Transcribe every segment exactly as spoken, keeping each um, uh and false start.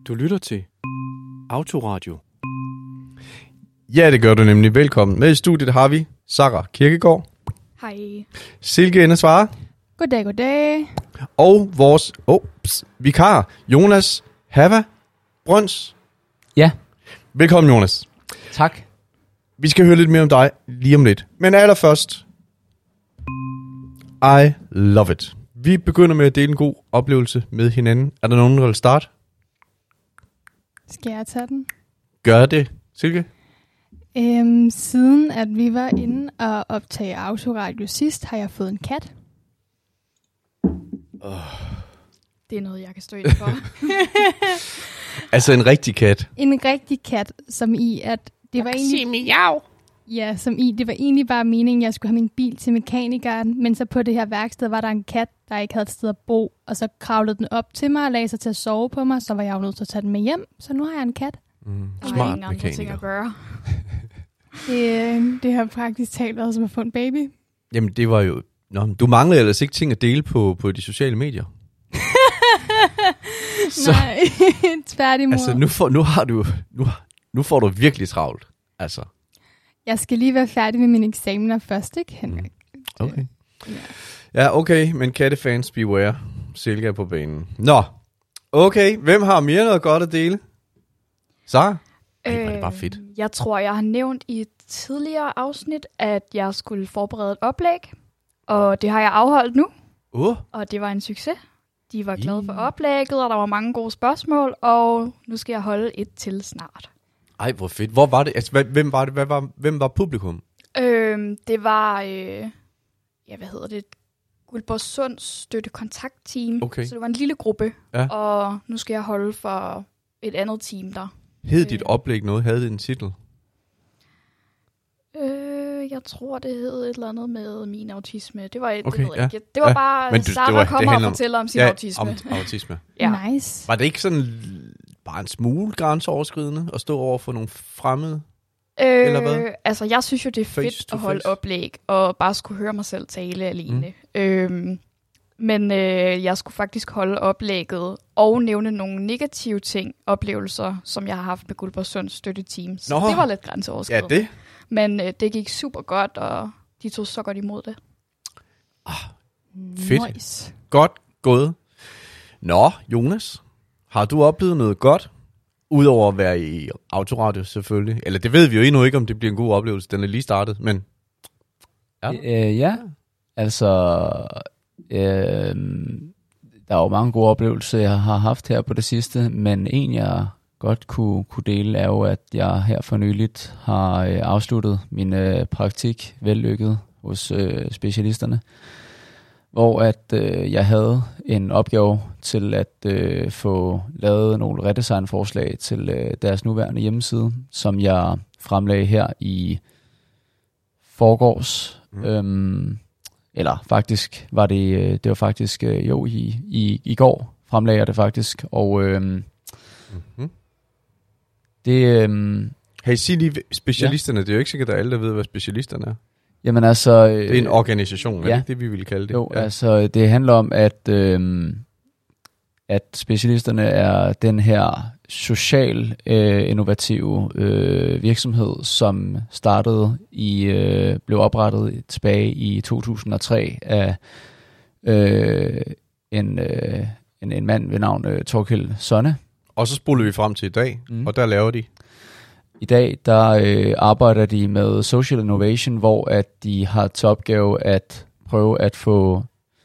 Du lytter til Autoradio. Ja, det gør du nemlig. Velkommen. Med i studiet har vi Sarah Kirkegaard. Hej. Silke Endesvare. Goddag, goddag. Og vores ops, vikar, Jonas Hava Brøns. Ja. Velkommen, Jonas. Tak. Vi skal høre lidt mere om dig lige om lidt. Men allerførst, I love it. Vi begynder med at dele en god oplevelse med hinanden. Er der nogen, der vil starte? Skal jeg tage den? Gør det, Silke. Øhm, siden at vi var inde og optage Autoradio sidst, har jeg fået en kat. Oh. Det er noget, jeg kan stå ind for. Altså en rigtig kat. En rigtig kat, som i at det var egentlig... miau. Ja, som i, det var egentlig bare meningen, at jeg skulle have min bil til mekanikeren, men så på det her værksted var der en kat, der ikke havde et sted at bo, og så kravlede den op til mig og lagde sig til at sove på mig, så var jeg jo nødt til at tage den med hjem, så nu har jeg en kat. Mm, Og smart jeg har ingen ting at mekaniker. gøre. det, det har praktisk talt været som at få en baby. Jamen det var jo... Nå, du manglede ellers ikke ting at dele på, på de sociale medier. Så, nej, tværtimod. Altså nu får, nu har du... Nu, nu får du virkelig travlt. Altså... Jeg skal lige være færdig med mine eksamener først, ikke, Henrik? Mm. Okay. Ja. Ja, okay, men kattefans beware. Silke er på banen. Nå, okay, hvem har mere noget godt at dele? Sarah? Ej, hvor er det bare fedt. Øh, jeg tror, jeg har nævnt i et tidligere afsnit, at jeg skulle forberede et oplæg. Og det har jeg afholdt nu. Uh. Og det var en succes. De var glade for oplægget, og der var mange gode spørgsmål. Og nu skal jeg holde et til snart. Ej, hvor fedt. Hvor var det? Altså, hvem var det? Hvad var, hvem var publikum? Øh, det var, øh, ja, hvad hedder det? Guldborgsunds støttekontaktteam. Okay. Så det var en lille gruppe. Ja. Og nu skal jeg holde for et andet team der. Hed dit oplæg noget? Havde det en titel? Øh, jeg tror, det hed et eller andet med min autisme. Det var, et, Okay, det ved jeg ja. ikke. Det var Ja, bare, men du- det Sarah var- det kommer og handler om- fortæller om sin ja, autisme. om autisme. Ja. Nice. Var det ikke sådan bare en smule grænseoverskridende at stå over for nogle fremmede? Øh, Eller hvad? Altså, jeg synes jo, det er Face fedt to at holde face. oplæg, og bare skulle høre mig selv tale alene. Mm. Øhm, men øh, jeg skulle faktisk holde oplægget og nævne nogle negative ting, oplevelser, som jeg har haft med Guldborgsunds støtteteam. Så Nå. det var lidt Ja, grænseoverskridende. det. Men øh, det gik super godt, og de tog så godt imod det. Fedt. Nice. Godt gået. Nå, Jonas, har du oplevet noget godt? Udover at være i autoradio selvfølgelig. Eller det ved vi jo endnu ikke, om det bliver en god oplevelse. Den er lige startet, men... Ja. Øh, ja, altså, øh, der er jo mange gode oplevelser, jeg har haft her på det sidste, men en, jeg godt kunne, kunne dele, er jo, at jeg her for nyligt har øh, afsluttet min øh, praktik vellykket hos øh, specialisterne, hvor at øh, jeg havde en opgave til at øh, få lavet nogle redesignforslag til øh, deres nuværende hjemmeside, som jeg fremlagde her i forgårs. Mm. Øhm, eller faktisk var det, øh, det var faktisk øh, jo i, i, i går fremlagde jeg det faktisk, og øhm, Mm-hmm. det... Øhm, Hey, sig lige specialisterne. Ja. Det er jo ikke sikkert, at alle der ved, hvad specialisterne er. jamen altså... Øh, Det er en organisation, er ja. det ikke det, vi vil kalde det? Jo, ja. altså det handler om, at, øhm, at specialisterne er den her social øh, innovative øh, virksomhed, som startede i, øh, blev oprettet tilbage i to tusind og tre af øh, en, øh, en, en mand ved navn øh, Torkild Sonne. Og så spoler vi frem til i dag, Mm. mm. og der laver de... I dag der øh, arbejder de med social innovation, hvor at de har til opgave at prøve at få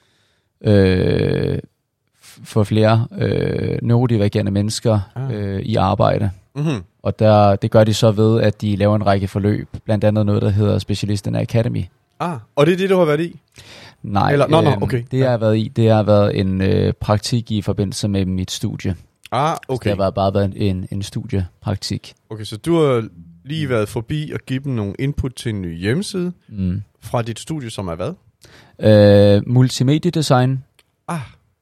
øh, f- få flere øh, neurodivergente mennesker Ah. øh, i arbejde. Mm-hmm. Og der, det gør de så ved, at de laver en række forløb, blandt andet noget, der hedder Specialisterne Academy. Ah, og det er det, du har været i? Nej, Eller- nå, nå, øhm, okay. det jeg har været i, det har været en øh, praktik i forbindelse med mit studie. Ah, Så okay. det har været bare været en, en studiepraktik. Okay, så du har lige været forbi og givet dem nogle input til en ny hjemmeside Mm. fra dit studie, som er hvad? Øh, multimediedesign. Ah.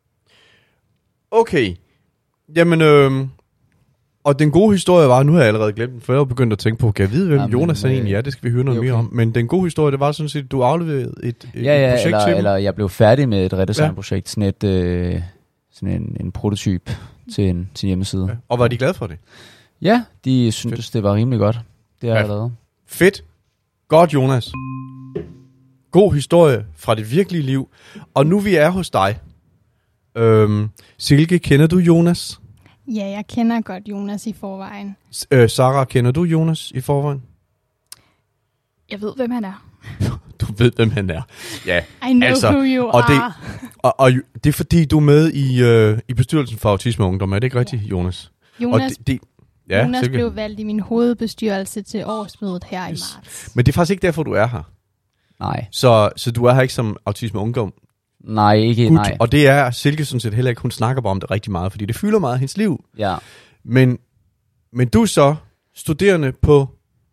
Okay. Jamen, øhm, og den gode historie var, nu har jeg allerede glemt den, for jeg var begyndt at tænke på, kan jeg vide, hvem Jamen, Jonas er øh, egentlig er? Det skal vi høre noget det er mere okay. om. Men den gode historie, det var sådan set, at du afleverede et, et, Ja, et ja, projekt til eller, dem. eller jeg blev færdig med et redesignprojekt, sådan et, øh, sådan en, en prototyp til en, til en hjemmeside. Ja. Og var de glade for det? Ja, de syntes, det var rimelig godt. Det har Ja. jeg lavet. Fedt. Godt, Jonas. God historie fra det virkelige liv. Og nu vi er hos dig. Øhm, Silke, kender du Jonas? Ja, jeg kender godt Jonas i forvejen. S- øh, Sarah, kender du Jonas i forvejen? Jeg ved, hvem han er. Du ved, hvem han er. Ja, I know Altså, who you og det- are. og, og det er fordi, du er med i, øh, i bestyrelsen for Autisme og Ungdom. Er det ikke rigtigt, Jonas? Jonas, Og det, det, ja, Jonas Silke. blev valgt i min hovedbestyrelse til årsmødet her Yes. i marts. Men det er faktisk ikke derfor, du er her. Nej, Så, så du er her ikke som Autisme og Ungdom. nej, ikke, Gut. nej. Og det er Silke sådan set heller ikke. Hun snakker bare om det rigtig meget, fordi det fylder meget af hendes liv. Ja, Men, men du er så studerende på...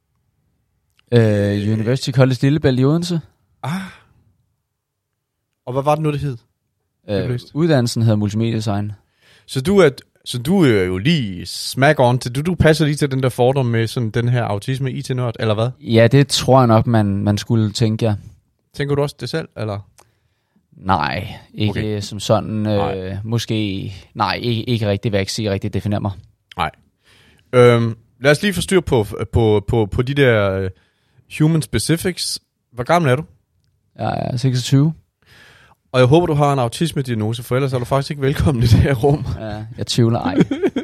øh, University College Lillebælt i Odense. Ah. Og hvad var det nu, det hed? Det Øh, læste. uddannelsen hedder multimediedesign. Så du er, så du er jo lige smack on til... Du, du passer lige til den der fordom med sådan den her autisme I T-nørd, eller hvad? Ja, det tror jeg nok, man, man skulle tænke, ja. Tænker du også det selv, eller? Nej, ikke Okay. okay. som sådan. Øh, Nej. måske, nej, ikke, ikke rigtigt, hvad jeg ikke sige rigtigt definerer mig. Øhm, lad os lige få styr på, på, på, på de der uh, human specifics. Hvor gammel er du? Jeg er seksogtyve. Og jeg håber, du har en autisme-diagnose, for ellers er du faktisk ikke velkommen i det her rum. Ja, jeg tvivler ej.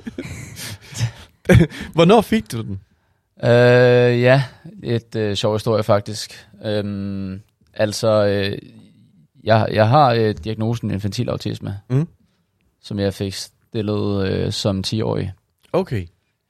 Hvornår fik du den? øh, ja, et øh, sjov historie faktisk. Øhm, altså, øh, jeg, jeg har øh, diagnosen infantil autisme, Mm. som jeg fik stillet øh, som ti-årig. Okay.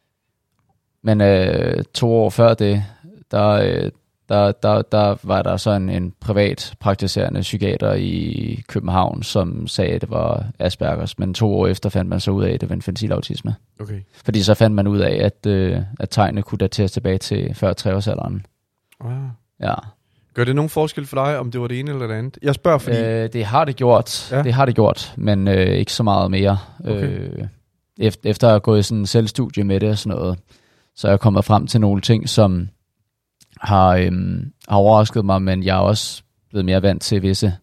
Men øh, to år før det, der, øh, der, der, der var der så en, en privat praktiserende psykiater i København, som sagde, at det var Aspergers, men to år efter fandt man så ud af, at det var infantil autisme. Okay. Fordi så fandt man ud af, at, øh, at tegnene kunne dateres tilbage til før tre-årsalderen. Ah. Ja. Gør det nogen forskel for dig, om det var det ene eller det andet? Jeg spørger, fordi... Øh, det har det gjort, Ja. ja. det har det gjort, men øh, ikke så meget mere. Okay. Øh, efter, efter at have gået i sådan en selvstudie med det og sådan noget, så er jeg kommet frem til nogle ting, som har, øhm, har overrasket mig, men jeg er også blevet mere vant til visse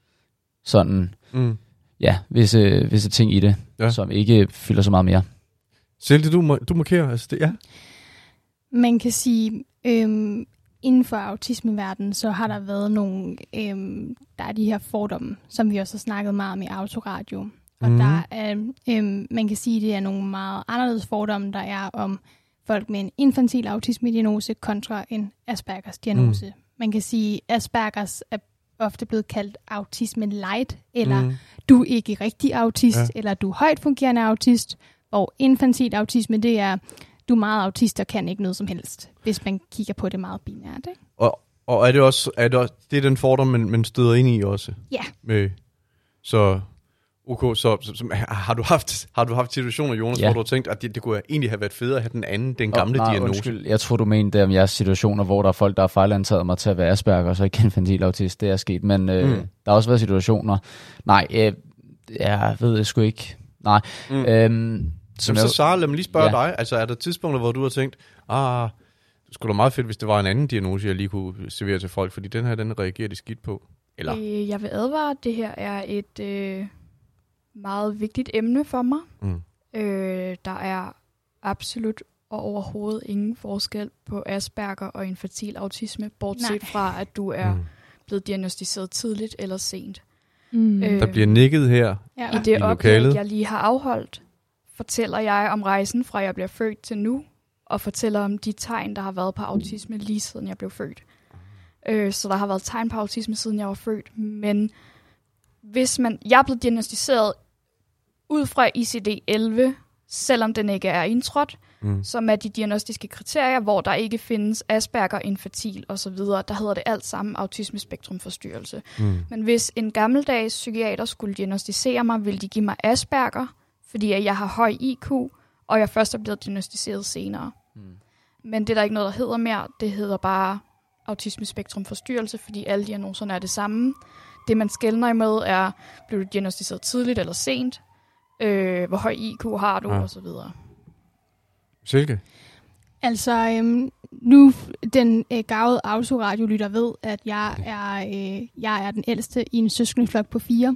sådan, Mm. ja, visse, visse ting i det, Ja. ja. som ikke fylder så meget mere. Silke, du, du markerer, altså det, ja. Man kan sige, øhm, inden for autismeverdenen, så har der været nogle, øhm, der er de her fordomme, som vi også har snakket meget om i Autoradio. Og Mhm. der er, øhm, man kan sige, det er nogle meget anderledes fordomme, der er om folk med en infantil autisme-diagnose kontra en Aspergers-diagnose. Mm. Man kan sige, Aspergers er ofte blevet kaldt autisme light, eller Mm. du er ikke rigtig autist, Ja. ja. eller du er højt fungerende autist. Og infantil autisme, det er, du er meget autist og kan ikke noget som helst, hvis man kigger på det meget binært. Ikke? Og, og er det også, er det også, det er den fordom, man, man støder ind i også? Ja. Med, så, okay, så, så, så har, du haft, har du haft situationer, Jonas, Ja. hvor du har tænkt, at det, det kunne egentlig have været federe at have den anden, den gamle oh, nej, diagnose? Undskyld, jeg tror du mente, at jeg er situationer, hvor der er folk, der har fejlantaget mig til at være Asperger, og så ikke infantil autist, det er sket. Men øh, Mm. der har også været situationer, nej, øh, jeg ved jeg sgu ikke, nej. Mm. Øhm, Som jeg- så Sarah, lad mig lige spørge Ja. dig. Altså er der tidspunkter, hvor du har tænkt, ah, det skulle da meget fedt, hvis det var en anden diagnose, jeg lige kunne servere til folk, fordi den her, den reagerer de skidt på. Eller? Øh, jeg vil advare, at det her er et øh, meget vigtigt emne for mig. Mm. Øh, der er absolut og overhovedet ingen forskel på Asperger og infantil autisme, bortset Nej. fra, at du er Mm. blevet diagnosticeret tidligt eller sent. Mm. Øh, Der bliver nikket her. ja. I det I oplæg, lokalet. jeg lige har afholdt, fortæller jeg om rejsen fra jeg bliver født til nu, og fortæller om de tegn, der har været på autisme lige siden jeg blev født. Øh, så der har været tegn på autisme siden jeg var født, men hvis man, jeg er blevet diagnosticeret ud fra I C D elleve, selvom den ikke er indtrådt, Mm. som er de diagnostiske kriterier, hvor der ikke findes Asperger, infantil osv., der hedder det alt sammen autismespektrumforstyrrelse. Mm. Men hvis en gammeldags psykiater skulle diagnostisere mig, ville de give mig Asperger, fordi jeg har høj I Q, og jeg først er blevet diagnostiseret senere. Mm. Men det er der ikke noget, der hedder mere. Det hedder bare autismespektrumforstyrrelse, fordi alle diagnoserne er det samme. Det, man skelner imod, er, bliver du diagnostiseret tidligt eller sent? Øh, hvor høj I Q har du? Ja. Og så videre. Silke? Altså, øhm, nu den øh, gavede autoradiolytter ved, at jeg er, øh, jeg er den ældste i en søskendeflok på fire.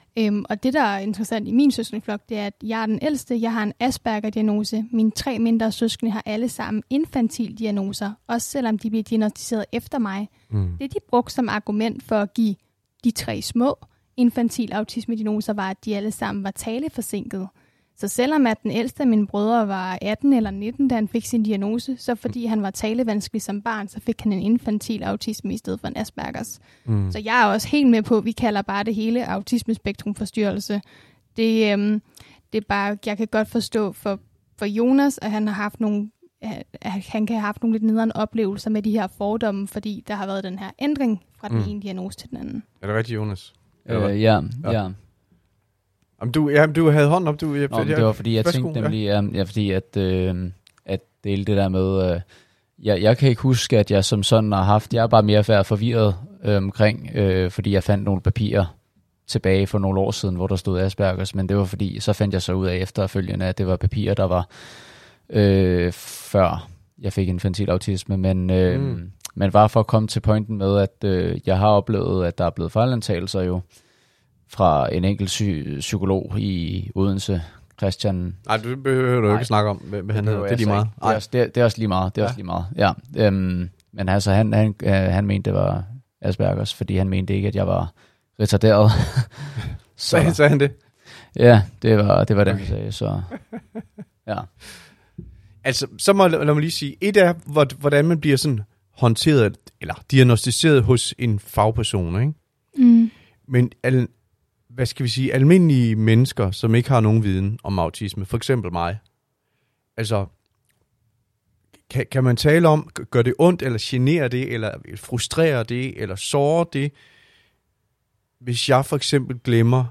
Øhm, og det, der er interessant i min søskendeflok, det er, at jeg er den ældste. Jeg har en Asperger-diagnose. Mine tre mindre søskende har alle sammen infantil diagnoser, også selvom de bliver diagnosticeret efter mig. Mm. Det, de brugte som argument for at give de tre små infantil autisme-diagnoser, var, at de alle sammen var taleforsinket. Så selvom at den ældste af mine brødre var atten eller nitten, da han fik sin diagnose, så fordi han var talevanskelig som barn, så fik han en infantil autisme i stedet for en Aspergers. Mm. Så jeg er også helt med på, at vi kalder bare det hele autismespektrumforstyrrelse. Det, øhm, det er bare, jeg kan godt forstå for, for Jonas, at han har haft nogle, at han kan have haft nogle lidt nederen oplevelser med de her fordomme, fordi der har været den her ændring fra den mm. ene diagnose til den anden. Er det rigtigt, Jonas? Øh, ja, ja. ja. Om du, ja, du havde hånden op, du... Jeg, Nå, jeg, det var fordi, jeg tænkte nemlig, ja. Ja, fordi at, øh, at dele det der med... Øh, jeg, jeg kan ikke huske, at jeg som sådan har haft... Jeg er bare mere været forvirret øh, omkring, øh, fordi jeg fandt nogle papirer tilbage for nogle år siden, hvor der stod Aspergers, men det var fordi, så fandt jeg så ud af efterfølgende, at det var papirer, der var øh, før jeg fik infantil autisme, men, øh, mm. men bare for at komme til pointen med, at øh, jeg har oplevet, at der er blevet fejlantagelser jo, fra en enkelt psy- psykolog i Odense, Christian. Nej, du behøver du jo ikke snakke om, hvad han hedder. Det er lige meget. Det er, også, det, er, det er også lige meget. Det er ja. også lige meget. Ja. Øhm, men altså, han, han, øh, han mente, det var Aspergers, fordi han mente ikke, at jeg var retarderet. Så sagde han det? Ja, det var det, var det okay. Han sagde. Så, ja. Altså, så må lad mig lige sige, et er, hvordan man bliver sådan håndteret, eller diagnostiseret hos en fagperson, ikke? Mm. Men al, hvad skal vi sige, almindelige mennesker, som ikke har nogen viden om autisme, for eksempel mig, altså, kan, kan man tale om, gør det ondt, eller generer det, eller frustrerer det, eller sårer det, hvis jeg for eksempel glemmer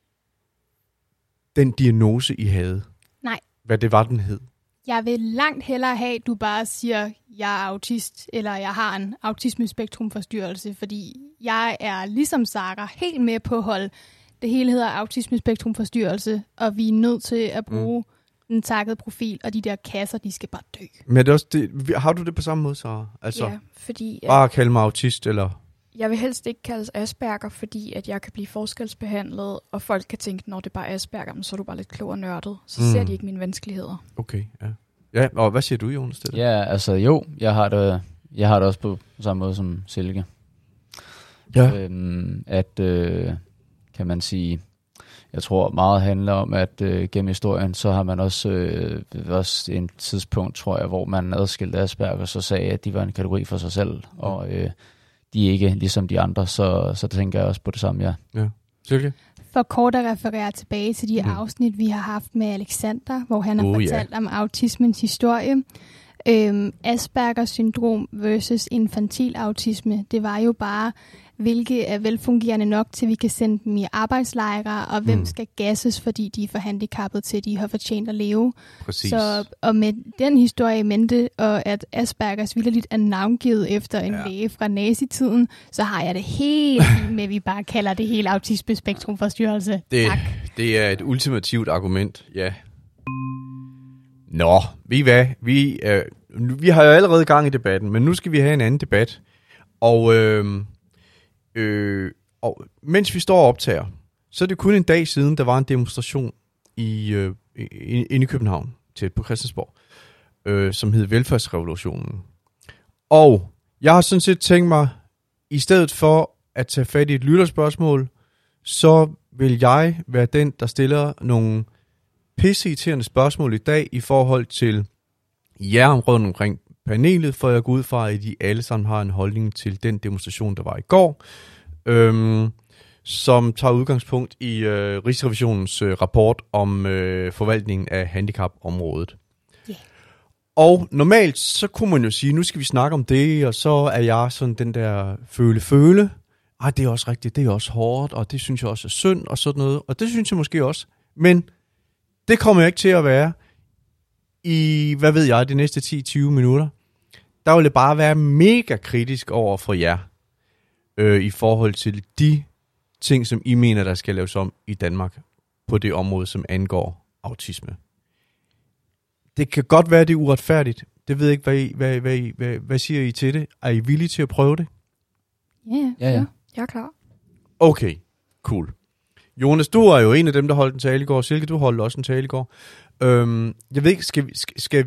den diagnose, I havde? Nej. Hvad det var, den hed? Jeg vil langt hellere have, at du bare siger, jeg er autist, eller jeg har en autismespektrumforstyrrelse, fordi jeg er ligesom Sara helt med på at holde. Det hele hedder autismespektrumforstyrrelse, og vi er nødt til at bruge mm. den takkede profil, og de der kasser, de skal bare dø. Men er det også det, har du det på samme måde, Sara? Altså, ja, fordi... Bare at kalde mig autist, eller... Jeg vil helst ikke kaldes Asperger, fordi at jeg kan blive forskelsbehandlet, og folk kan tænke, når det bare er Asperger, men så er du bare lidt klog og nørdet. Så mm. ser de ikke mine vanskeligheder. Okay, ja. Ja, og hvad siger du, Jonas? Det ja, altså jo, jeg har det, jeg har det også på samme måde som Silke. Ja. Øhm, at, øh, kan man sige, jeg tror meget handler om, at øh, gennem historien, så har man også, øh, også en tidspunkt, tror jeg, hvor man adskilte Asperger, så sagde, at de var en kategori for sig selv, ja. og øh, de er ikke ligesom de andre, så, så tænker jeg også på det samme, ja. Ja. Silke? For kort at referere tilbage til de mm. afsnit, vi har haft med Alexander, hvor han har oh, fortalt yeah. om autismens historie. Øhm, Aspergers syndrom versus infantil autisme, det var jo bare, hvilke er velfungerende nok til, vi kan sende dem i arbejdslejre, og hvem mm. skal gasses, fordi de er for handicappet til, at de har fortjent at leve. Præcis. Så, og med den historie i mente, og at Aspergers vildt er navngivet efter en ja. læge fra nazitiden, så har jeg det helt med, at vi bare kalder det hele autismespektrumforstyrrelse. Det, tak. Det er et ultimativt argument, ja. Nå, vi hvad? Vi, øh, vi har jo allerede gang i debatten, men nu skal vi have en anden debat. Og... Øh, Øh, og mens vi står og optager, så er det kun en dag siden, der var en demonstration i, øh, inde i København, tæt på Christiansborg, øh, som hed Velfærdsrevolutionen. Og jeg har sådan set tænkt mig, i stedet for at tage fat i et lytterspørgsmål, så vil jeg være den, der stiller nogle pisseirriterende spørgsmål i dag i forhold til jer rundt omkring panelet, for jeg går ud fra, at de alle sammen har en holdning til den demonstration, der var i går, øhm, som tager udgangspunkt i øh, Rigsrevisionens øh, rapport om øh, forvaltningen af handicapområdet. Yeah. Og normalt, så kunne man jo sige, nu skal vi snakke om det, og så er jeg sådan den der føle-føle. Ej, det er også rigtigt, det er også hårdt, og det synes jeg også er synd, og sådan noget. Og det synes jeg måske også. Men det kommer jeg ikke til at være i, hvad ved jeg, de næste ti til tyve minutter. Der vil det bare være mega kritisk over for jer, øh, i forhold til de ting, som I mener, der skal laves om i Danmark, på det område, som angår autisme. Det kan godt være, det er uretfærdigt. Det ved jeg ikke, hvad, I, hvad, hvad, I, hvad, hvad siger I til det? Er I villige til at prøve det? Yeah, ja, ja. Jeg er klar. Okay, cool. Jonas, du er jo en af dem, der holdt en tale i går. Silke, du holdt også en tale i går. Øhm, jeg ved ikke, skal vi... Skal, skal,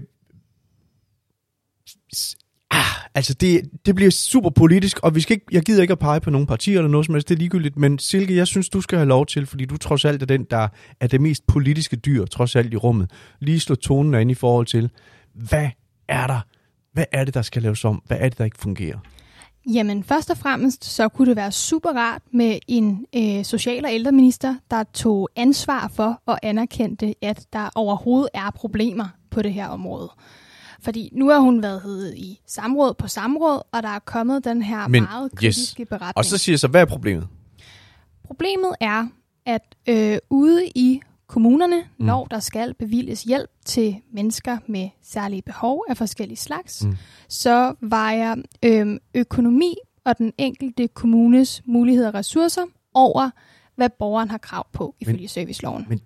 ah, altså, det, det bliver super politisk, og vi skal ikke, jeg gider ikke at pege på nogle partier eller noget som helst, det er ligegyldigt. Men Silke, jeg synes, du skal have lov til, fordi du trods alt er den, der er det mest politiske dyr, trods alt i rummet. Lige slå tonen ind i forhold til, hvad er der? Hvad er det, der skal laves om? Hvad er det, der ikke fungerer? Jamen, først og fremmest, så kunne det være super rart med en øh, social- og ældreminister, der tog ansvar for og anerkendte, at der overhovedet er problemer på det her område. Fordi nu har hun været i samråd på samråd, og der er kommet den her Men, meget kritiske yes. beretning. Og så siger jeg så, hvad er problemet? Problemet er, at øh, ude i kommunerne, mm. når der skal bevilges hjælp til mennesker med særlige behov af forskellige slags, mm. så vejer øh, økonomi og den enkelte kommunes muligheder og ressourcer over, hvad borgeren har krav på ifølge men, serviceloven. Men,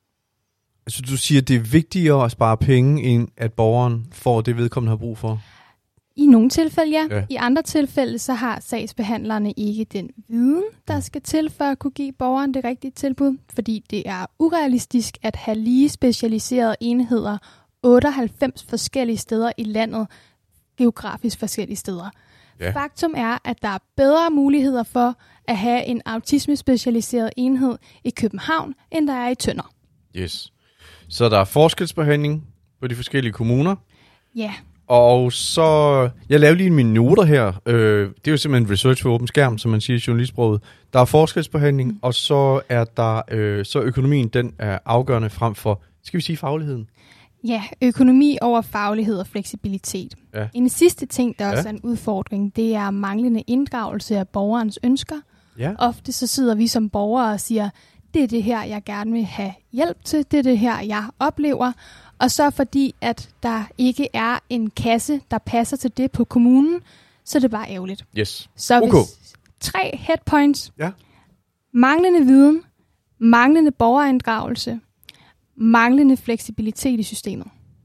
altså du siger, at det er vigtigere at spare penge, end at borgeren får det, vedkommende har brug for? I nogle tilfælde, ja. ja. I andre tilfælde, så har sagsbehandlerne ikke den viden, der skal til for at kunne give borgeren det rigtige tilbud, fordi det er urealistisk at have lige specialiserede enheder otteoghalvfems forskellige steder i landet, geografisk forskellige steder. Ja. Faktum er, at der er bedre muligheder for at have en autisme-specialiseret enhed i København, end der er i Tønder. Yes. Så der er forskelsbehandling på de forskellige kommuner. Ja. Og så, jeg lavede lige mine noter her. Øh, det er jo simpelthen research for åben skærm, som man siger i journalistsproget. Der er forskelsbehandling, mm. og så er der øh, så økonomien, den er afgørende frem for, skal vi sige fagligheden? Ja, økonomi over faglighed og fleksibilitet. Ja. En sidste ting, der også ja. er en udfordring, det er manglende inddragelse af borgerens ønsker. Ja. Ofte så sidder vi som borgere og siger, det er det her, jeg gerne vil have hjælp til, det er det her, jeg oplever. Og så fordi, at der ikke er en kasse, der passer til det på kommunen, så er det bare ærgerligt. Yes. Så okay. hvis tre headpoints, ja. manglende viden, manglende borgerinddragelse, manglende fleksibilitet i systemet.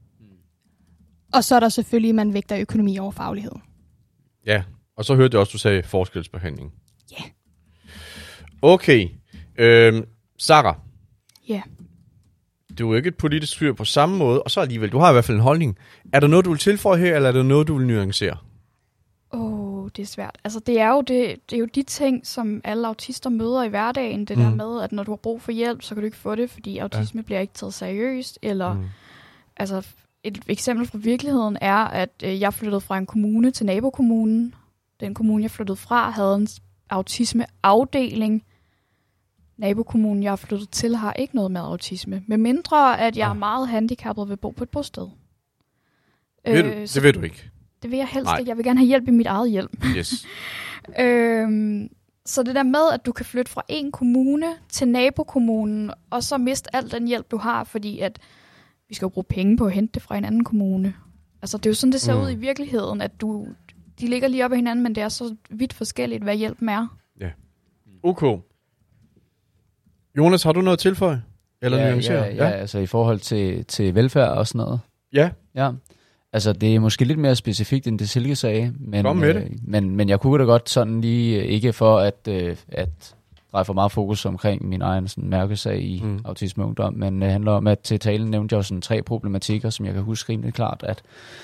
Og så er der selvfølgelig, at man vægter økonomi over faglighed. Ja, og så hørte jeg også, du sagde forskelsbehandling. Ja. Yeah. Okay. Øhm, Sarah. Ja. Yeah. Du er ikke et politisk styr på samme måde, og så alligevel, du har i hvert fald en holdning. Er der noget, du vil tilføje her, eller er der noget, du vil nuancere? Åh, oh, det er svært. Altså, det er, jo det, det er jo de ting, som alle autister møder i hverdagen. Det mm. der med, at når du har brug for hjælp, så kan du ikke få det, fordi autisme ja. bliver ikke taget seriøst. Eller, mm. altså, et eksempel fra virkeligheden er, at øh, jeg flyttede fra en kommune til nabokommunen. Den kommune, jeg flyttede fra, havde en autismeafdeling. Nabokommunen, jeg er flyttet til, har ikke noget med autisme. Med mindre, at jeg er meget handicappet og vil bo på et bosted. Ved du, øh, det ved du ikke. Det vil jeg helst ikke. Jeg vil gerne have hjælp i mit eget hjem. Yes. øhm, så det der med, at du kan flytte fra en kommune til nabokommunen, og så miste al den hjælp, du har, fordi at vi skal jo bruge penge på at hente det fra en anden kommune. Altså, det er jo sådan, det ser mm. ud i virkeligheden, at du, de ligger lige op ad hinanden, men det er så vidt forskelligt, hvad hjælpen er. Ja. Okay. Jonas, har du noget at tilføje? Eller ja, ja, ja, ja, altså i forhold til, til velfærd og sådan noget. Ja. Ja. Altså det er måske lidt mere specifikt, end det Silke sagde. Men, Kom med det. Øh, men, men jeg kunne da godt sådan lige, ikke for at, øh, at dreje for meget fokus omkring min egen sådan, mærkesag i mm. autisme og ungdom, men det handler om, at til talen nævnte jeg jo sådan tre problematikker, som jeg kan huske rimelig klart, at,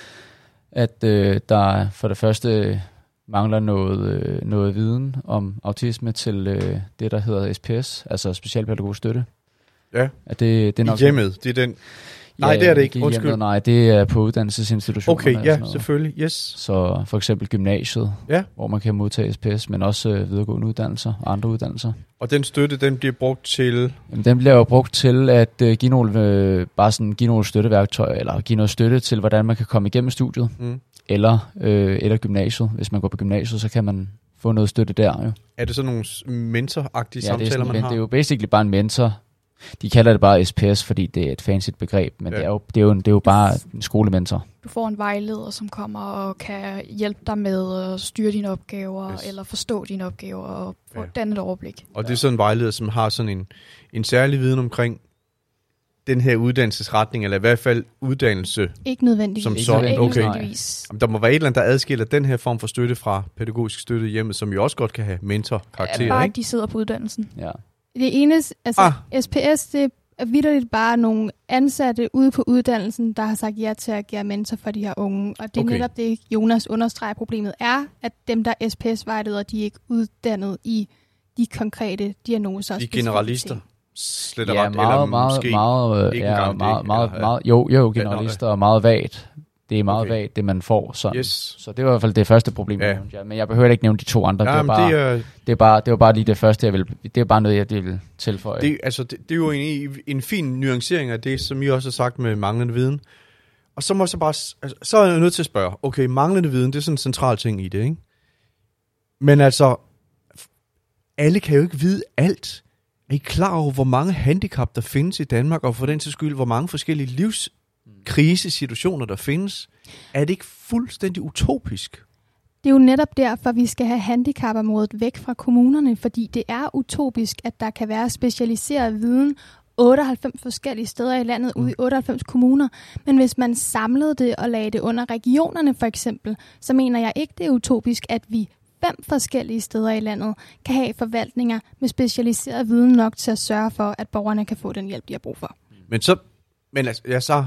at øh, der for det første mangler noget, øh, noget viden om autisme til øh, det, der hedder S P S, altså specialpædagogisk støtte. Ja, at det, det er nok i hjemmet, det er den... Nej, ja, det er det ikke, undskyld. Hjemmet, nej, det er på uddannelsesinstitutionerne. Okay, ja, selvfølgelig, yes. Så for eksempel gymnasiet, ja. hvor man kan modtage S P S, men også øh, videregående uddannelser og andre uddannelser. Og den støtte, den bliver brugt til? Jamen, den bliver jo brugt til at øh, give nogle, øh, bare sådan, give nogle støtteværktøjer, eller give noget støtte til, hvordan man kan komme igennem studiet, mm. eller, øh, eller gymnasiet. Hvis man går på gymnasiet, så kan man få noget støtte der. Jo. Er det så nogle mentoragtige ja, samtaler, det er sådan, man men har? Det er jo basically bare en mentor. De kalder det bare S P S, fordi det er et fancy begreb, men ja. det, er jo, det, er jo, det er jo bare en skolementor. Du får en vejleder, som kommer og kan hjælpe dig med at styre dine opgaver, yes. eller forstå dine opgaver og få ja. dannet et overblik. Og det er sådan en vejleder, som har sådan en, en særlig viden omkring den her uddannelsesretning, eller i hvert fald uddannelse. Ikke nødvendigvis. Som sådan. Ikke okay. nødvendigvis. Der må være et eller andet, der adskiller den her form for støtte fra pædagogisk støtte hjemme, som jo også godt kan have mentorkarakterer. Ja, bare ikke? de sidder på uddannelsen. Ja. Det ene, altså Ah. S P S, det er vitterligt bare nogle ansatte ude på uddannelsen, der har sagt ja til at agere mentor for de her unge. Og det er Okay. netop det, Jonas understreger. Problemet er, at dem, der er S P S-vejledere, de er ikke uddannet i de konkrete diagnoser. og De specifikke generalister. ting. Slet og Ja, ret, meget, eller meget, måske meget, øh, ikke ja, engang meget, det, meget, eller- meget, jo, jo, generalister og meget vagt. Det er meget Okay. vagt, det man får sådan. Yes. Så det var i hvert fald det første problem, Ja. jeg nævnte, ja. Men jeg behøver ikke nævne de to andre. Ja, det, er men bare, det er... det, er bare, det var bare lige det første, jeg vil. Det er bare noget, jeg vil tilføje. Det, altså, det, det er jo en, en fin nuancering af det, som I også har sagt med manglende viden. Og så må jeg så bare... Altså, så er jeg nødt til at spørge, okay, manglende viden, det er sådan en central ting i det, ikke? Men altså, alle kan jo ikke vide alt. Er I klar over, hvor mange handicap, der findes i Danmark, og for den til skyld, hvor mange forskellige livskrisesituationer, der findes? Er det ikke fuldstændig utopisk? Det er jo netop derfor, vi skal have handicapområdet væk fra kommunerne, fordi det er utopisk, at der kan være specialiseret viden otteoghalvfems forskellige steder i landet, ude i otteoghalvfems kommuner. Men hvis man samlede det og lagde det under regionerne for eksempel, så mener jeg ikke, det er utopisk, at vi fem forskellige steder i landet kan have forvaltninger med specialiseret viden nok til at sørge for, at borgerne kan få den hjælp, de har brug for. Men så... Men altså, jeg så...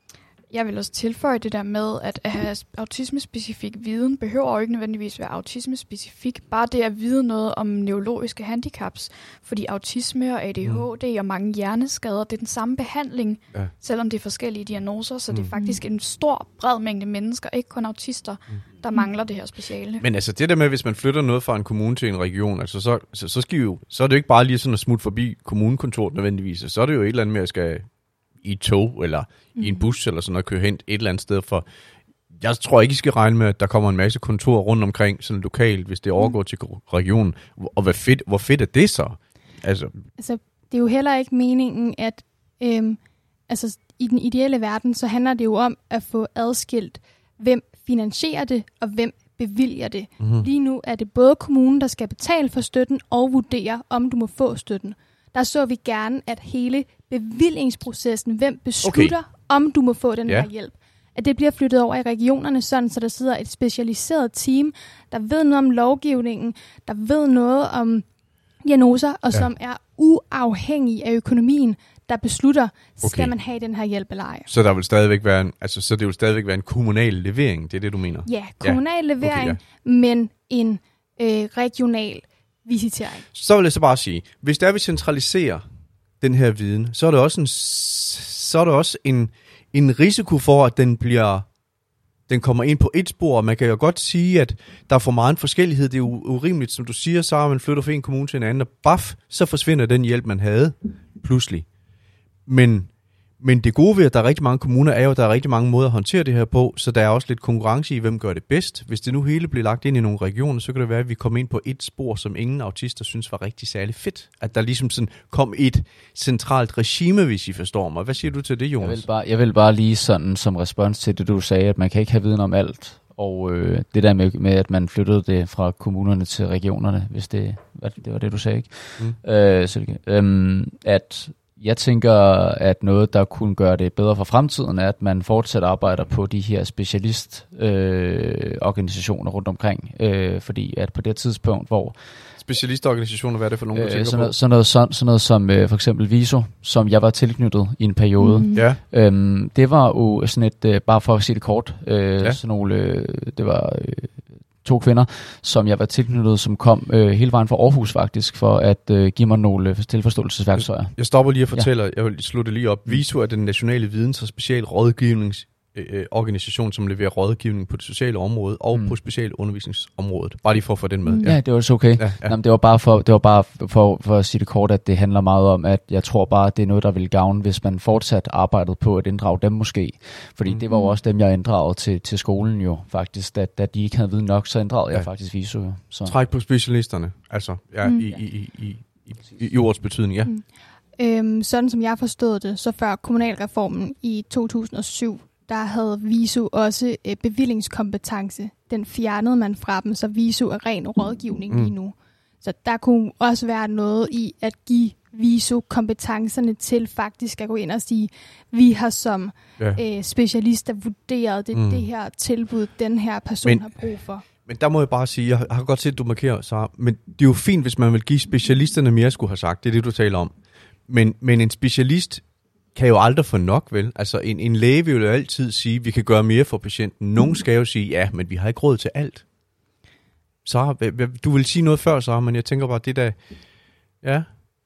Jeg vil også tilføje det der med, at at have autismespecifik viden behøver jo ikke nødvendigvis være autismespecifik. Bare det at vide noget om neurologiske handicaps. Fordi autisme og A D H D mm. og mange hjerneskader, det er den samme behandling, Ja. selvom det er forskellige diagnoser. Så Mm. det er faktisk en stor, bred mængde mennesker, ikke kun autister, der mangler det her speciale. Men altså det der med, hvis man flytter noget fra en kommune til en region, altså så, så, så, skal vi jo, så er det jo ikke bare lige sådan at smutte forbi kommunekontoret nødvendigvis. Så er det jo et eller andet med, at jeg skal i et tog eller mm. i en bus eller sådan noget, køre hen et eller andet sted. For jeg tror ikke, I skal regne med, at der kommer en masse kontorer rundt omkring, sådan lokalt, hvis det overgår mm. til regionen. Og hvad fedt, hvor fedt er det så? Altså, Altså, det er jo heller ikke meningen, at øhm, altså, i den ideelle verden, så handler det jo om at få adskilt, hvem finansierer det, og hvem bevilger det. Mm-hmm. Lige nu er det både kommunen, der skal betale for støtten, og vurdere, om du må få støtten. Der så vi gerne, at hele bevillingsprocessen, hvem beslutter, okay. om du må få den ja. her hjælp, at det bliver flyttet over i regionerne, sådan, så der sidder et specialiseret team, der ved noget om lovgivningen, der ved noget om diagnoser, og ja. som er uafhængig af økonomien, der beslutter, okay. skal man have den her hjælp eller ej. så der vil stadigvæk være en, altså så det vil stadigvæk være en kommunal levering, det er det du mener? Ja, kommunal ja. levering, okay, ja. men en øh, regional visitering. Så vil jeg så bare sige, hvis der vi centraliserer den her viden, så er der også en, så er der også en, en risiko for, at den bliver, den kommer ind på et spor. Man kan jo godt sige, at der er for meget forskellighed. Det er urimeligt, som du siger, så man flytter fra en kommune til en anden, og baf, så forsvinder den hjælp, man havde pludselig. Men, men det gode ved, at der er rigtig mange kommuner, er jo, at der er rigtig mange måder at håndtere det her på, så der er også lidt konkurrence i, hvem gør det bedst. Hvis det nu hele bliver lagt ind i nogle regioner, så kan det være, at vi kommer ind på et spor, som ingen autister synes var rigtig særlig fedt. At der ligesom sådan kom et centralt regime, hvis I forstår mig. Hvad siger du til det, Jonas? Jeg vil bare, jeg vil bare lige sådan som respons til det, du sagde, at man kan ikke have viden om alt. Og øh, det der med, med, at man flyttede det fra kommunerne til regionerne, hvis det, det var det, du sagde, ikke? Mm. Øh, så, øhm, at jeg tænker, at noget, der kunne gøre det bedre for fremtiden, er, at man fortsat arbejder på de her specialistorganisationer øh, rundt omkring. Øh, fordi at på det tidspunkt, hvor... Specialistorganisationer, hvad er det for nogle, du øh, tænker sådan, på? noget, sådan, noget, sådan, sådan noget som øh, for eksempel Viso, som jeg var tilknyttet i en periode. Mm. Ja. Øhm, det var jo sådan et, øh, bare for at sige det kort, øh, Ja. sådan nogle, øh, det var øh, to kvinder, som jeg var tilknyttet, som kom øh, hele vejen fra Aarhus faktisk, for at øh, give mig nogle øh, tilforståelsesværktøjer. Jeg stopper lige og fortæller, ja. jeg vil slutte lige op. Viso er den nationale videns- og specialrådgivningsorganisation, som leverer rådgivning på det sociale område og mm. på specialundervisningsområdet. Bare lige for at få den med. Ja, ja det var også okay. Ja, ja. Jamen, det var bare, for, det var bare for, for at sige det kort, at det handler meget om, at jeg tror bare, at det er noget, der vil gavne, hvis man fortsat arbejdede på at inddrage dem måske. Fordi mm. det var jo også dem, jeg inddragede til, til skolen jo faktisk. Da, da de ikke havde viden nok, så inddragede ja. jeg faktisk Viso jo. Så. Træk på specialisterne, altså ja, mm. i, i, i, i, i, i ordets betydning, ja. Mm. Øhm, sådan som jeg forstod det, så før kommunalreformen i to tusind og syv, der havde Viso også øh, bevillingskompetence. Den fjernede man fra dem, så Viso er ren rådgivning mm. lige nu. Så der kunne også være noget i at give Viso kompetencerne til faktisk at gå ind og sige, vi har som ja. øh, specialister vurderet, det, mm. det her tilbud, den her person men, har brug for. Men der må jeg bare sige, jeg har, jeg har godt set, at du markerer, så, men det er jo fint, hvis man vil give specialisterne mere, skulle have sagt. Det er det, du taler om. Men, men en specialist kan jo aldrig få nok, vel? Altså en, en læge vil jo altid sige, at vi kan gøre mere for patienten. Nogen skal jo sige, ja, men vi har ikke råd til alt. Så du vil sige noget før, så, men jeg tænker bare, det der... Ja.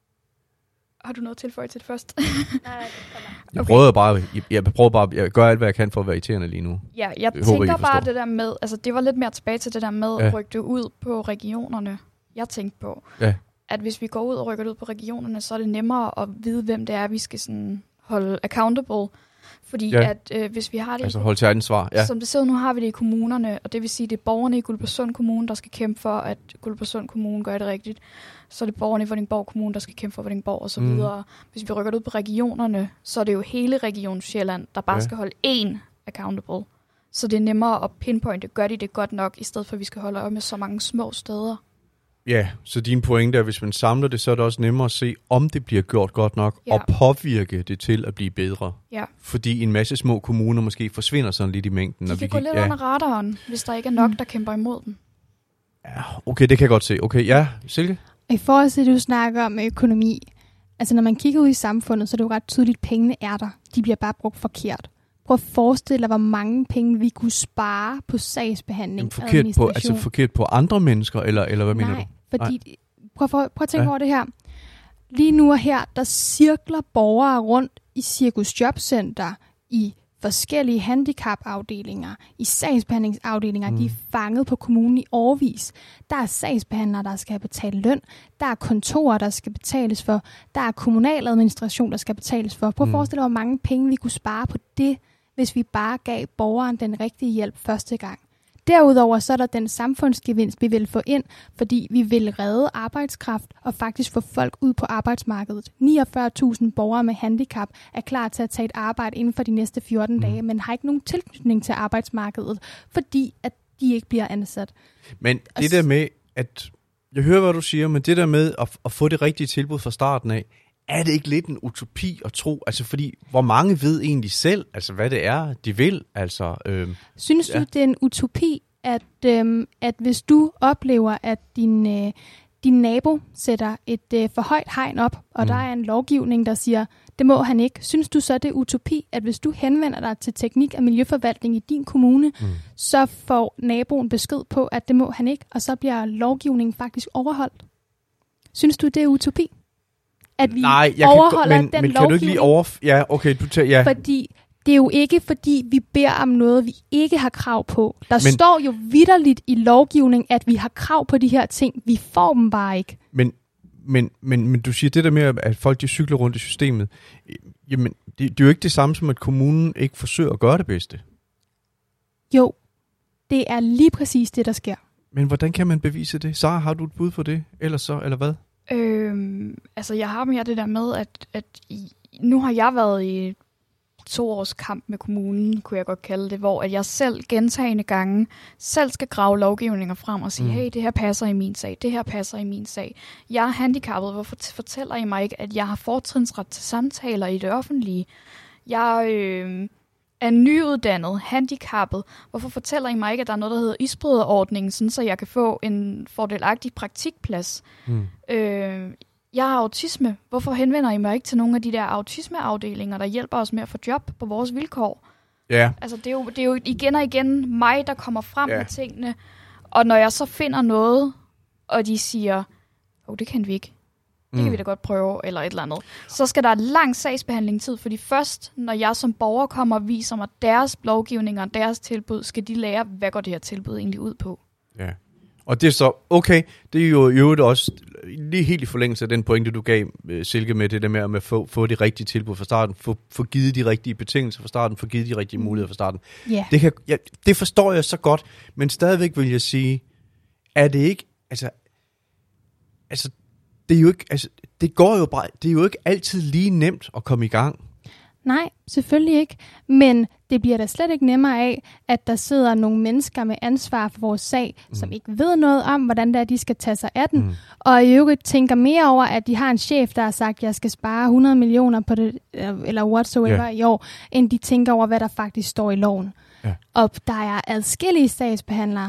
Har du noget tilføje til det først? Nej, det jeg okay. prøver bare, jeg, jeg prøver bare, jeg gør alt, hvad jeg kan for at være irriterende lige nu. Ja, jeg, jeg håber, tænker bare det der med, altså det var lidt mere tilbage til det der med ja. at rykke det ud på regionerne. Jeg tænkte på, ja. at hvis vi går ud og rykker det ud på regionerne, så er det nemmere at vide, hvem det er, vi skal sådan holde accountable. Fordi ja. at øh, hvis vi har det... Altså holde til ansvar, ja. Som det ser ud nu, har vi det i kommunerne, og det vil sige, det er borgerne i Guldborgsund Kommune, der skal kæmpe for, at Guldborgsund Kommune gør det rigtigt. Så er det borgerne i Vordingborg Kommune, der skal kæmpe for Vordingborg og så mm. videre. Hvis vi rykker det ud på regionerne, så er det jo hele Region Sjælland, der bare ja. skal holde én accountable. Så det er nemmere at pinpointe, gør de det godt nok, i stedet for at vi skal holde øje med så mange små steder. Ja, så din pointe er, at hvis man samler det, så er det også nemmere at se, om det bliver gjort godt nok, ja. og påvirke det til at blive bedre. Ja. Fordi en masse små kommuner måske forsvinder sådan lidt i mængden. De og kan vi gå lidt ja. under radaren, hvis der ikke er nok, der kæmper imod dem. Ja, okay, det kan jeg godt se. Okay, ja, Silke? I forhold til det, du snakker om økonomi, altså når man kigger ud i samfundet, så er det jo ret tydeligt, at pengene er der. De bliver bare brugt forkert. Prøv at forestille dig, hvor mange penge vi kunne spare på sagsbehandling. Jamen, forkert på, altså forkert på andre mennesker, eller, eller hvad Nej, mener du? Fordi, Nej, prøv, prøv, prøv at tænke ja. over det her. Lige nu og her, der cirkler borgere rundt i Cirkus Jobcenter, i forskellige handicapafdelinger, i sagsbehandlingsafdelinger. Mm. De er fanget på kommunen i årevis. Der er sagsbehandlere, der skal betale løn. Der er kontorer, der skal betales for. Der er kommunaladministration, der skal betales for. Prøv at mm. forestille dig, hvor mange penge vi kunne spare på det, hvis vi bare gav borgeren den rigtige hjælp første gang. Derudover så er der den samfundsgevinst, vi vil få ind, fordi vi vil redde arbejdskraft og faktisk få folk ud på arbejdsmarkedet. niogfyrre tusind borgere med handicap er klar til at tage et arbejde inden for de næste fjorten mm. dage, men har ikke nogen tilknytning til arbejdsmarkedet, fordi at de ikke bliver ansat. Men det der med, at jeg hører, hvad du siger, men det der med at, at få det rigtige tilbud fra starten af, er det ikke lidt en utopi at tro? Altså, fordi hvor mange ved egentlig selv, altså hvad det er, de vil? Altså, øhm, Synes ja. du, det er en utopi, at, øhm, at hvis du oplever, at din, øh, din nabo sætter et øh, for højt hegn op, og mm. der er en lovgivning, der siger, det må han ikke. Synes du så, det er utopi, at hvis du henvender dig til teknik- og miljøforvaltning i din kommune, mm. så får naboen besked på, at det må han ikke, og så bliver lovgivningen faktisk overholdt? Synes du, det er utopi? At vi Nej, jeg overholder kan, men, den men lovgivning. kan du ikke lige over... Ja, okay, du tager... Ja. Fordi det er jo ikke, fordi vi beder om noget, vi ikke har krav på. Der men, står jo vitterligt i lovgivning, at vi har krav på de her ting. Vi får dem bare ikke. Men, men, men, men du siger det der med, at folk de cykler rundt i systemet. Jamen, det, det er jo ikke det samme som, at kommunen ikke forsøger at gøre det bedste. Jo, det er lige præcis det, der sker. Men hvordan kan man bevise det? Sara, har du et bud på det? Eller så, eller hvad? Øhm, altså, jeg har mere det der med, at, at i, nu har jeg været i to års kamp med kommunen, kunne jeg godt kalde det, hvor at jeg selv gentagende gange selv skal grave lovgivninger frem og sige, mm. hey, det her passer i min sag, det her passer i min sag. Jeg er handicappet, hvorfor fortæller I mig ikke, at jeg har fortrinsret til samtaler i det offentlige? Jeg øh, er nyuddannet, handicappet. Hvorfor fortæller I mig ikke, at der er noget, der hedder isbryderordningen, sådan så jeg kan få en fordelagtig praktikplads? Mm. Øh, Jeg har autisme. Hvorfor henvender I mig ikke til nogle af de der autismeafdelinger, der hjælper os med at få job på vores vilkår? Ja. Yeah. Altså, det er, jo, det er jo igen og igen mig, der kommer frem yeah. med tingene. Og når jeg så finder noget, og de siger, åh, oh, det kan vi ikke. Det mm. kan vi da godt prøve, eller et eller andet. Så skal der lang sagsbehandlingstid, fordi først, når jeg som borger kommer og viser mig deres lovgivninger og deres tilbud, skal de lære, hvad går det her tilbud egentlig ud på. Ja. Yeah. Og det er så, okay, det er jo i øvrigt også lige helt i forlængelse af den pointe, du gav, Silke, med det der med at få, få det rigtige tilbud fra starten, få, få givet de rigtige betingelser fra starten, få givet de rigtige muligheder fra starten. Yeah. Det, kan, ja, det forstår jeg så godt, men stadigvæk vil jeg sige, er det ikke, altså, altså, det er jo ikke, altså, det går jo bare, det er jo ikke altid lige nemt at komme i gang. Nej, selvfølgelig ikke. Men det bliver da slet ikke nemmere af, at der sidder nogle mennesker med ansvar for vores sag, mm. som ikke ved noget om, hvordan det er, de skal tage sig af den. Mm. Og i øvrigt tænker mere over, at de har en chef, der har sagt, at jeg skal spare hundrede millioner på det, eller whatsoever yeah. i år, end de tænker over, hvad der faktisk står i loven. Yeah. Og der er adskillige sagsbehandlere, der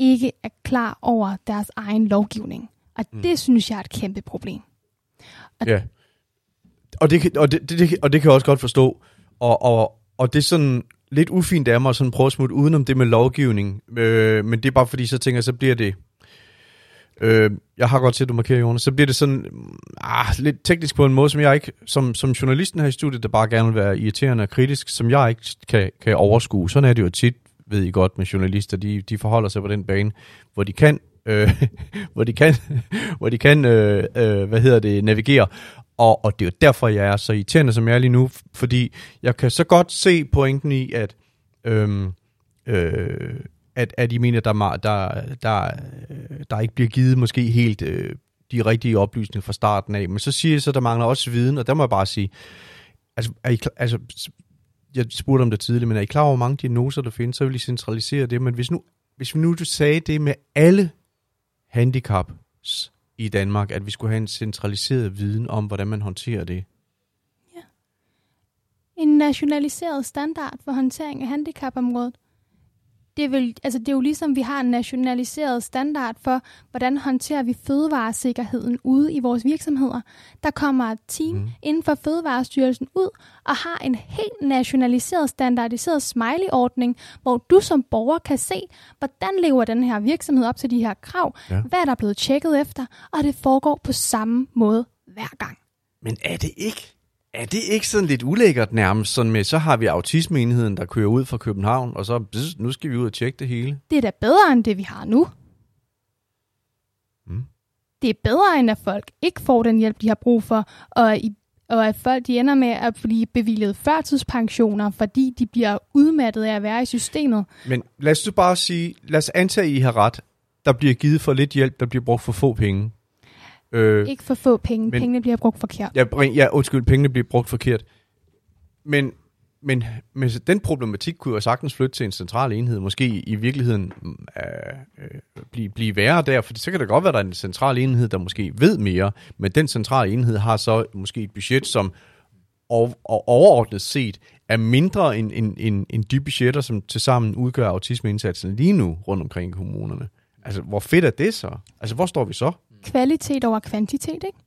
ikke er klar over deres egen lovgivning. Og Mm. det synes jeg er et kæmpe problem. Og Ja. Og det, kan, og, det, det, det, og det kan jeg også godt forstå. Og, og, og det er sådan lidt ufint af mig at sådan prøve at smutte udenom det med lovgivning. Øh, men det er bare fordi, så tænker jeg, så bliver det... Øh, jeg har godt set, at du markerer, Jonas. Så bliver det sådan ah, lidt teknisk på en måde, som jeg ikke... Som, som journalisten her i studiet, der bare gerne vil være irriterende og kritisk, som jeg ikke kan, kan overskue. Sådan er det jo tit, ved I godt, med journalister. De, de forholder sig på den bane, hvor de kan... Øh, hvor de kan, hvor de kan øh, øh, hvad hedder det, navigere. Og, og det er jo derfor, jeg er så irriterende, som jeg er lige nu, fordi jeg kan så godt se pointen i, at, øhm, øh, at, at I mener, der, der, der, der ikke bliver givet måske helt øh, de rigtige oplysninger fra starten af. Men så siger jeg så, at der mangler også viden, og der må jeg bare sige, altså, er I, altså jeg spurgte om det tidligere, men er I klar over, hvor mange diagnoser, der findes, så vil I centralisere det. Men hvis nu, hvis nu du sagde det med alle handicaps i Danmark, at vi skulle have en centraliseret viden om, hvordan man håndterer det. Ja. En nationaliseret standard for håndtering af handicapområdet. Det er, vel, altså det er jo ligesom, vi har en nationaliseret standard for, hvordan håndterer vi fødevaresikkerheden ude i vores virksomheder. Der kommer et team mm. inden for Fødevarestyrelsen ud og har en helt nationaliseret, standardiseret smiley-ordning, hvor du som borger kan se, hvordan lever den her virksomhed op til de her krav, ja. Hvad er der blevet tjekket efter, og det foregår på samme måde hver gang. Men er det ikke? Er det ikke sådan lidt ulækkert nærmest, sådan med, så har vi autismeenheden, der kører ud fra København, og så bzz, nu skal vi ud og tjekke det hele? Det er da bedre, end det vi har nu. Mm. Det er bedre, end at folk ikke får den hjælp, de har brug for, og, i, og at folk de ender med at blive bevilget førtidspensioner, fordi de bliver udmattet af at være i systemet. Men lad os bare sige, lad os antage, at I har ret. Der bliver givet for lidt hjælp, der bliver brugt for få penge. Øh, ikke for få penge. men, Pengene bliver brugt forkert. Ja, ja, undskyld, pengene bliver brugt forkert. Men, men, men den problematik kunne jo sagtens flytte til en central enhed. Måske i, i virkeligheden øh, øh, blive, blive værre der, for så kan det godt være, at der er en central enhed, der måske ved mere, men den centrale enhed har så måske et budget, som og, og overordnet set er mindre end, end, end, end de budgetter, som tilsammen udgør autismeindsatsen lige nu rundt omkring i kommunerne. Altså, hvor fedt er det så? Altså, hvor står vi så? Kvalitet over kvantitet, ikke?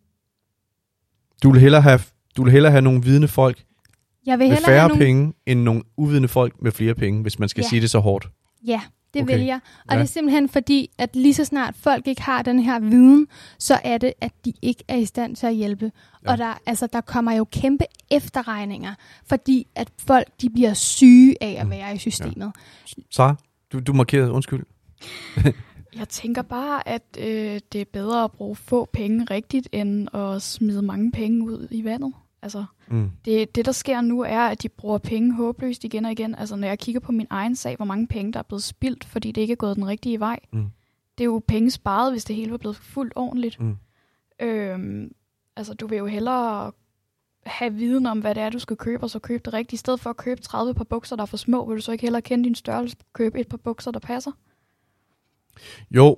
Du vil hellere have, du vil hellere have nogle vidende folk Jeg vil med hellere færre have nogle... penge, end nogle uvidende folk med flere penge, hvis man skal Ja. sige det så hårdt. Ja, det Okay. vil jeg. Og Ja. det er simpelthen fordi, at lige så snart folk ikke har den her viden, så er det, at de ikke er i stand til at hjælpe. Ja. Og der, altså, der kommer jo kæmpe efterregninger, fordi at folk de bliver syge af at være i systemet. Sara, du, du markerede, undskyld. Jeg tænker bare, at øh, det er bedre at bruge få penge rigtigt, end at smide mange penge ud i vandet. Altså, Mm. det, det, der sker nu, er, at de bruger penge håbløst igen og igen. Altså, når jeg kigger på min egen sag, hvor mange penge, der er blevet spildt, fordi det ikke er gået den rigtige vej. Mm. Det er jo penge sparet, hvis det hele var blevet fuldt ordentligt. Mm. Øhm, altså, du vil jo hellere have viden om, hvad det er, du skal købe, og så købe det rigtigt. I stedet for at købe tredive par bukser, der er for små, vil du så ikke hellere kende din størrelse, købe et par bukser, der passer? Jo.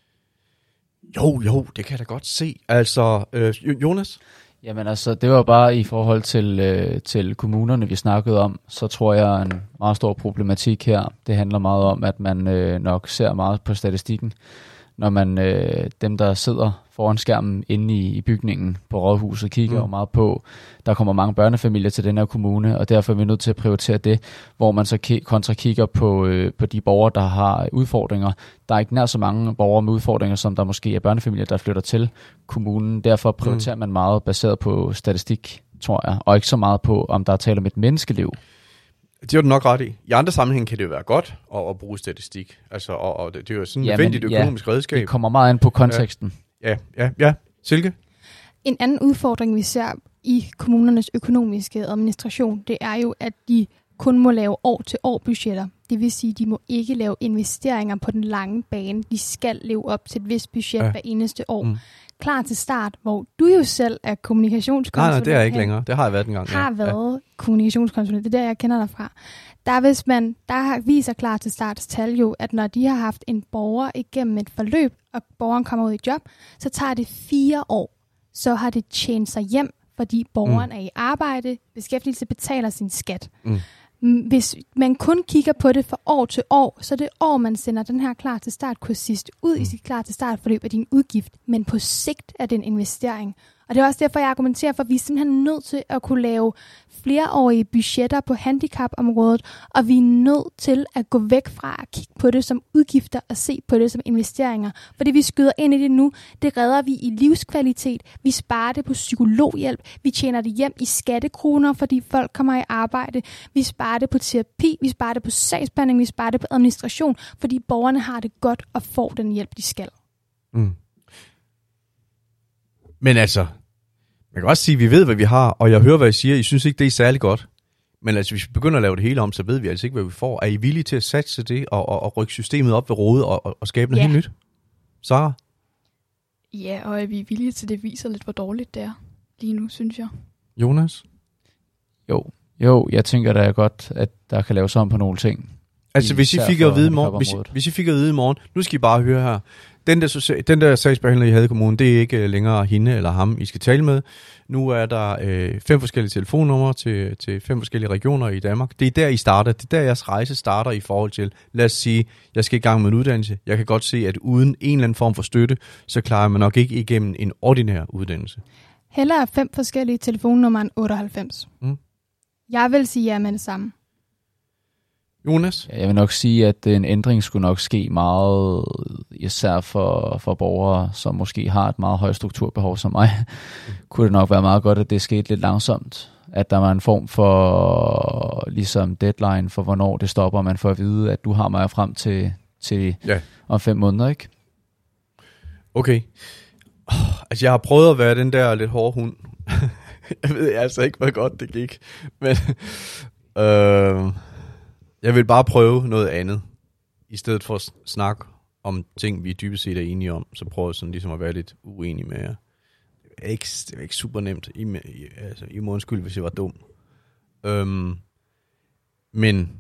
Jo, jo, det kan jeg da godt se. Altså, øh, Jonas? Jamen altså, det var bare i forhold til, øh, til kommunerne, vi snakkede om, så tror jeg en meget stor problematik her. Det handler meget om, at man øh, nok ser meget på statistikken, når man øh, dem, der sidder foran skærmen inde i, i bygningen på rådhuset, kigger mm. jo meget på, der kommer mange børnefamilier til den her kommune, og derfor er vi nødt til at prioritere det, hvor man så ki- kontra kigger på, øh, på de borgere, der har udfordringer. Der er ikke nær så mange borgere med udfordringer, som der måske er børnefamilier, der flytter til kommunen. Derfor prioriterer mm. man meget baseret på statistik, tror jeg, og ikke så meget på, om der er tale om et menneskeliv. Det har du nok ret i. I andre sammenhæng kan det jo være godt at, at bruge statistik. Altså, og, og det, det er jo sådan et Ja, nødvendigt men, økonomisk ja, redskab. Det kommer meget an på konteksten. Ja, ja, ja. Silke? En anden udfordring, vi ser i kommunernes økonomiske administration, det er jo, at de kun må lave år-til-år budgetter. Det vil sige, at de må ikke lave investeringer på den lange bane. De skal leve op til et vist budget Ja. hver eneste år. Mm. Klar til start, hvor du jo selv er kommunikationskonsulent. Nej, nej, det er jeg ikke her. længere. Det har jeg været en gang. Har ja. været ja. kommunikationskonsulent. Det er der, jeg kender dig fra. Der, hvis man, der viser Klar til starts tal jo, at når de har haft en borger igennem et forløb, og borgeren kommer ud i job, så tager det fire år. Så har det tjent sig hjem, fordi borgeren mm. er i arbejde, beskæftigelse, betaler sin skat. Mm. Hvis man kun kigger på det fra år til år, så det år, man sender den her klar til start kursist ud i sit klar til start forløb af din udgift, men på sigt er det en investering. Og det er også derfor, jeg argumenterer for, at vi er simpelthen nødt til at kunne lave flereårige budgetter på handicapområdet, og vi er nødt til at gå væk fra at kigge på det som udgifter og se på det som investeringer. For det, vi skyder ind i det nu, det redder vi i livskvalitet. Vi sparer det på psykologhjælp. Vi tjener det hjem i skattekroner, fordi folk kommer i arbejde. Vi sparer det på terapi. Vi sparer det på sagsbehandling. Vi sparer det på administration, fordi borgerne har det godt og får den hjælp, de skal. Mm. Men altså, man kan også sige, at vi ved, hvad vi har, og jeg hører, hvad I siger. I synes ikke, det er særlig godt. Men altså, hvis vi begynder at lave det hele om, så ved vi altså ikke, hvad vi får. Er I villige til at satse det og, og, og rykke systemet op ved rode og, og, og skabe noget Ja. helt nyt? Sara? Ja, og at vi er villige til det, viser lidt, hvor dårligt det er lige nu, synes jeg. Jonas? Jo, jo, jeg tænker da godt, at der kan laves om på nogle ting. Altså, hvis I Især fik for at vide i morgen, hvis, handicapområdet. hvis I fik at vide i morgen, nu skal I bare høre her, den der, socia- den der sagsbehandler, I havde i kommunen, det er ikke længere hende eller ham, I skal tale med. Nu er der øh, fem forskellige telefonnumre til, til fem forskellige regioner i Danmark. Det er der, I starter. Det er der, jeres rejse starter i forhold til, lad os sige, jeg skal i gang med en uddannelse. Jeg kan godt se, at uden en eller anden form for støtte, så klarer man nok ikke igennem en ordinær uddannelse. Hellere fem forskellige telefonnumre end otteoghalvfems. Mm. Jeg vil sige ja med det samme. Jonas? Jeg vil nok sige, at en ændring skulle nok ske meget, især for, for borgere, som måske har et meget højt strukturbehov som mig. Mm. Kunne det nok være meget godt, at det skete lidt langsomt. At der var en form for ligesom deadline for, hvornår det stopper. Man får at vide, at du har mig frem til, til Ja. om fem måneder, ikke? Okay. Oh, altså, jeg har prøvet at være den der lidt hårde hund. Jeg ved altså ikke, hvor godt det gik. Men øh, jeg vil bare prøve noget andet. I stedet for at snakke om ting, vi dybest set er enige om, så prøver jeg sådan ligesom at være lidt uenig med jer. Det er ikke, det er ikke super nemt. I, I, altså, I må undskylde, hvis jeg var dum. Øhm, men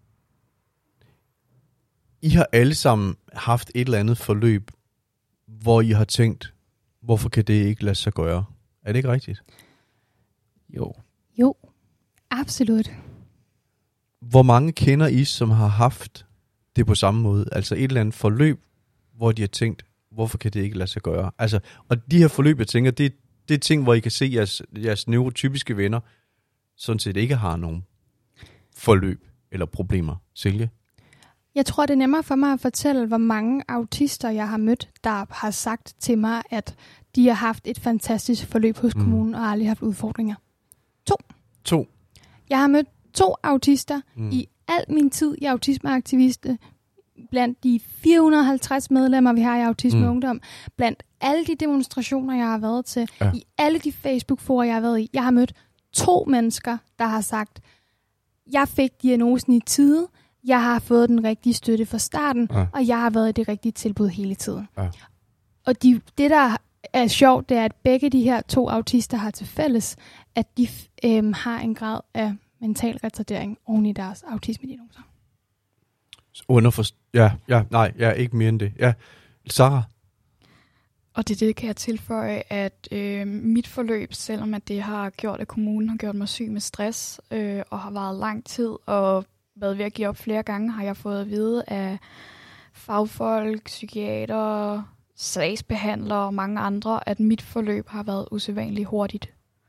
I har alle sammen haft et eller andet forløb, hvor I har tænkt, hvorfor kan det ikke lade sig gøre? Er det ikke rigtigt? Jo. Jo, absolut. Hvor mange kender I, som har haft det på samme måde? Altså et eller andet forløb, hvor de har tænkt, hvorfor kan det ikke lade sig gøre? Altså, og de her forløb, jeg tænker, det, det er ting, hvor I kan se, at jeres, jeres neurotypiske venner sådan set ikke har nogen forløb eller problemer. Silje? Jeg tror, det er nemmere for mig at fortælle, hvor mange autister, jeg har mødt, der har sagt til mig, at de har haft et fantastisk forløb hos Mm. kommunen og aldrig haft udfordringer. To. To. Jeg har mødt to autister Mm. mm. i al min tid i Autismeaktiviste, blandt de fire hundrede og halvtreds medlemmer, vi har i Autisme Mm. mm. Ungdom, blandt alle de demonstrationer, jeg har været til, Ja. ja. i alle de Facebook-forer, jeg har været i. Jeg har mødt to mennesker, der har sagt, jeg fik diagnosen i tide, jeg har fået den rigtige støtte fra starten, Ja. og jeg har været i det rigtige tilbud hele tiden. Ja. Og de, det, der er sjovt, det er, at begge de her to autister har til fælles, at de øhm, har en grad af mental retardering oven i deres autisme-diagnoser. Underforst- ja, ja, nej, ja, ikke mere end det. Ja, Sara? Og det, det kan jeg tilføje, at øh, mit forløb, selvom at det har gjort, at kommunen har gjort mig syg med stress, øh, og har varet lang tid, og været ved at give op flere gange, har jeg fået at vide af fagfolk, psykiater, sagsbehandlere og mange andre, at mit forløb har været usædvanligt hurtigt.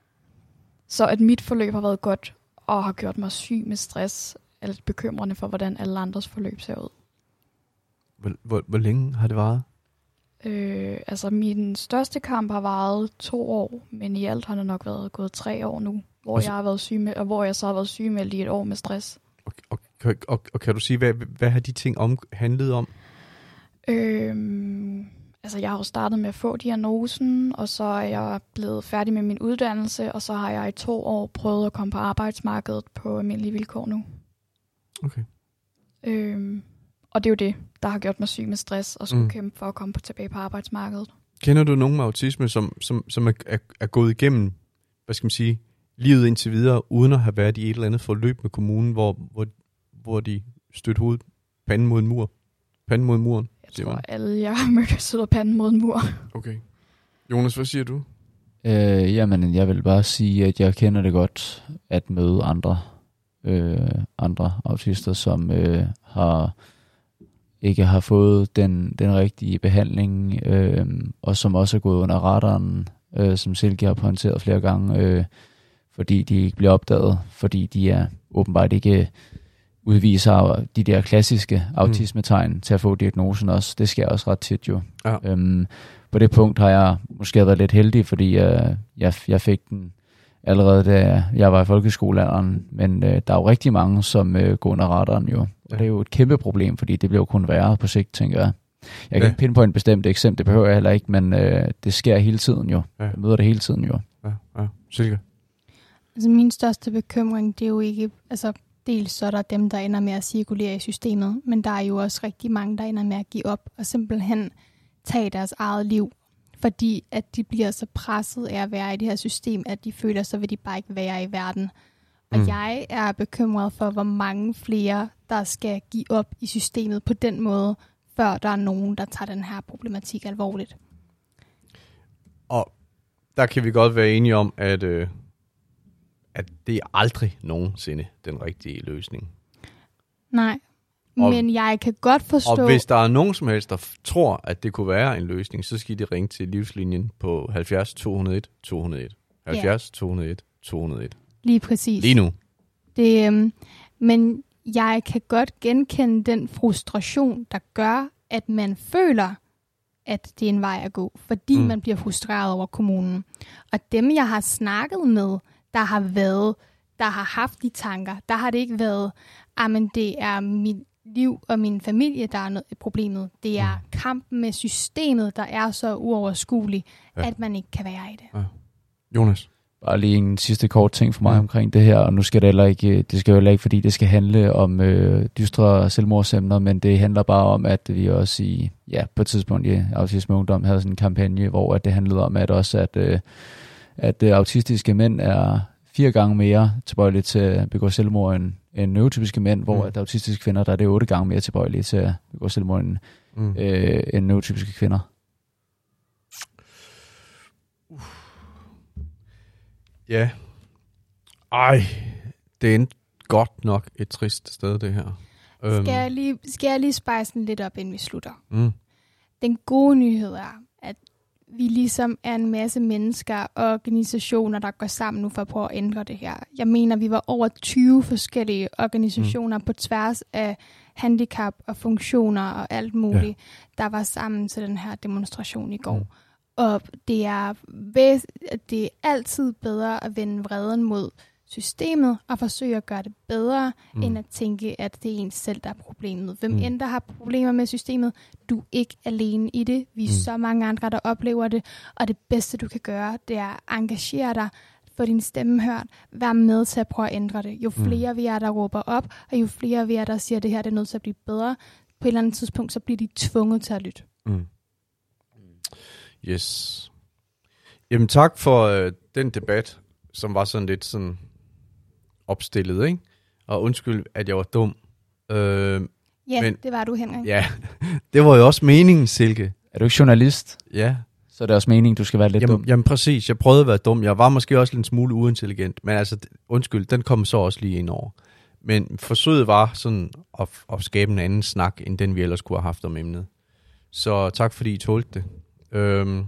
Så at mit forløb har været godt, og har gjort mig syg med stress, er lidt bekymrende for, hvordan alle andres forløb ser ud. Hvor, hvor, hvor længe har det varet? Øh, altså min største kamp har varet to år, men i alt har det nok været gået tre år nu, hvor Og så- jeg har været syg med, og hvor jeg så har været sygemeldt i et år med stress. Og, og, og, og, og kan du sige, hvad, hvad har de ting om, handlet om? Øh, altså jeg har jo startet med at få diagnosen, og så er jeg blevet færdig med min uddannelse, og så har jeg i to år prøvet at komme på arbejdsmarkedet på almindelige vilkår nu. Okay. Øh, og det er jo det, der har gjort mig syg med stress, og skulle Mm. mm. kæmpe for at komme på, tilbage på arbejdsmarkedet. Kender du nogen med autisme, som, som, som er, er, er gået igennem, hvad skal man sige, livet indtil videre, uden at have været i et eller andet forløb med kommunen, hvor, hvor, hvor de stødte hovedet panden mod en mur? Panden mod muren? Jeg siger tror, man. alle jeg har mødt sidder panden mod en mur. Okay. Jonas, hvad siger du? Øh, jamen, jeg vil bare sige, at jeg kender det godt at møde andre øh, andre autister, som øh, har ikke har fået den, den rigtige behandling, øh, og som også er gået under radaren, øh, som Silke har pointeret flere gange, øh, fordi de ikke bliver opdaget, fordi de er åbenbart ikke udviser de der klassiske autismetegn mm. til at få diagnosen også. Det sker også ret tit jo. Ja. Øhm, på det punkt har jeg måske været lidt heldig, fordi øh, jeg, jeg fik den allerede da jeg var i folkeskolealderen, men øh, der er jo rigtig mange, som øh, går under radaren jo. Og ja. Det er jo et kæmpe problem, fordi det bliver jo kun værre på sigt, tænker jeg. Jeg kan ja. ikke pinde på en bestemt eksempel, det behøver jeg heller ikke, men øh, det sker hele tiden jo. Ja. Jeg møder det hele tiden jo. Ja, ja. Silke? Altså min største bekymring, det er jo ikke, altså dels så er der dem, der ender med at cirkulere i systemet, men der er jo også rigtig mange, der ender med at give op og simpelthen tage deres eget liv, fordi at de bliver så presset af at være i det her system, at de føler, så vil de bare ikke være i verden. Og mm. jeg er bekymret for, hvor mange flere, der skal give op i systemet på den måde, før der er nogen, der tager den her problematik alvorligt. Og der kan vi godt være enige om, at, øh, at det er aldrig nogensinde den rigtige løsning. Nej, og, men jeg kan godt forstå... Og hvis der er nogen som helst, der f- tror, at det kunne være en løsning, så skal de ringe til livslinjen på halvfjerds to hundrede og en to hundrede og en. halvfjerds to hundrede og en to hundrede og en. Lige præcis. Lige nu. Det, øhm, men jeg kan godt genkende den frustration, der gør, at man føler, at det er en vej at gå, fordi mm. man bliver frustreret over kommunen. Og dem, jeg har snakket med, der har været, der har haft de tanker, der har det ikke været, men det er mit liv og min familie, der er noget, problemet. Det er mm. kampen med systemet, der er så uoverskuelig, ja. At man ikke kan være i det. Ja. Jonas? Bare lige en sidste kort ting for mig omkring det her, og nu skal det heller ikke, det skal jo heller ikke, fordi det skal handle om øh, dystre selvmordsemner, men det handler bare om, at vi også i, ja, på et tidspunkt i Autisme Ungdom havde sådan en kampagne, hvor at det handlede om, at også at, øh, at øh, autistiske mænd er fire gange mere tilbøjelige til at begå selvmord end, end neurotypiske mænd, hvor mm. at autistiske kvinder, der er det otte gange mere tilbøjelige til at begå selvmord end, mm. øh, end neurotypiske kvinder. Ja. Ej, det er godt nok et trist sted, det her. Skal jeg lige, skal jeg lige spice den lidt op, inden vi slutter? Mm. Den gode nyhed er, at vi ligesom er en masse mennesker og organisationer, der går sammen nu for at prøve at ændre det her. Jeg mener, vi var over tyve forskellige organisationer mm. på tværs af handicap og funktioner og alt muligt, ja. Der var sammen til den her demonstration i går. Mm. Og det er, det er altid bedre at vende vreden mod systemet og forsøge at gøre det bedre, mm. end at tænke, at det er ens selv, der er problemet. Hvem mm. end der har problemer med systemet, du er ikke alene i det. Vi er mm. så mange andre, der oplever det, og det bedste, du kan gøre, det er at engagere dig, få din stemme hørt, vær med til at prøve at ændre det. Jo flere mm. vi er, der råber op, og jo flere vi er, der siger, at det her det er nødt til at blive bedre, på et eller andet tidspunkt, så bliver de tvunget til at lytte. Mm. Yes. Jamen tak for øh, den debat, som var sådan lidt sådan opstillet, ikke? Og undskyld, at jeg var dum. Øh, ja, men, det var du, Henrik. Ja, det var jo også meningen, Silke. Er du ikke journalist? Ja. Så er det også meningen, du skal være lidt jamen, dum? Jamen præcis, jeg prøvede at være dum. Jeg var måske også en smule uintelligent, men altså, undskyld, den kom så også lige ind over. Men forsøget var sådan at, at skabe en anden snak, end den vi ellers kunne have haft om emnet. Så tak fordi I tålte det. Øhm.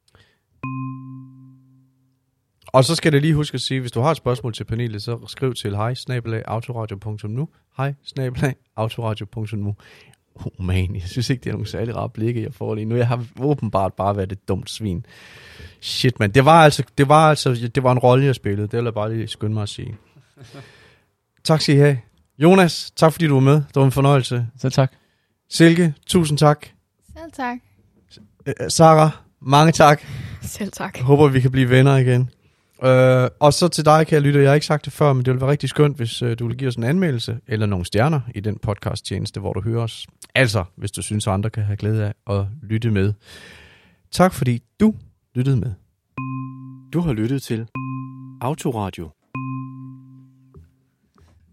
Og så skal det lige huske at sige, hvis du har et spørgsmål til panelet, så skriv til hej snabel-a autoradio punktum nu. Hej snabel-a autoradio punktum nu. Oh man, jeg synes ikke, det er nogle særlig rare blikke, jeg får lige nu. Jeg har åbenbart bare været et dumt svin. Shit, man. Det var altså, det var altså, det var en rolle, jeg spillede. Det vil jeg bare lige skynde mig at sige. Tak skal I have. Jonas, tak fordi du var med. Det var en fornøjelse. Selv tak. Silke, tusind tak. Selv tak. Sarah, mange tak. Selv tak. Jeg håber, vi kan blive venner igen. Uh, og så til dig, kære lytter. Jeg har ikke sagt det før, men det ville være rigtig skønt, hvis uh, du vil give os en anmeldelse eller nogle stjerner i den podcast-tjeneste, hvor du hører os. Altså, hvis du synes, andre kan have glæde af at lytte med. Tak fordi du lyttede med. Du har lyttet til Autoradio.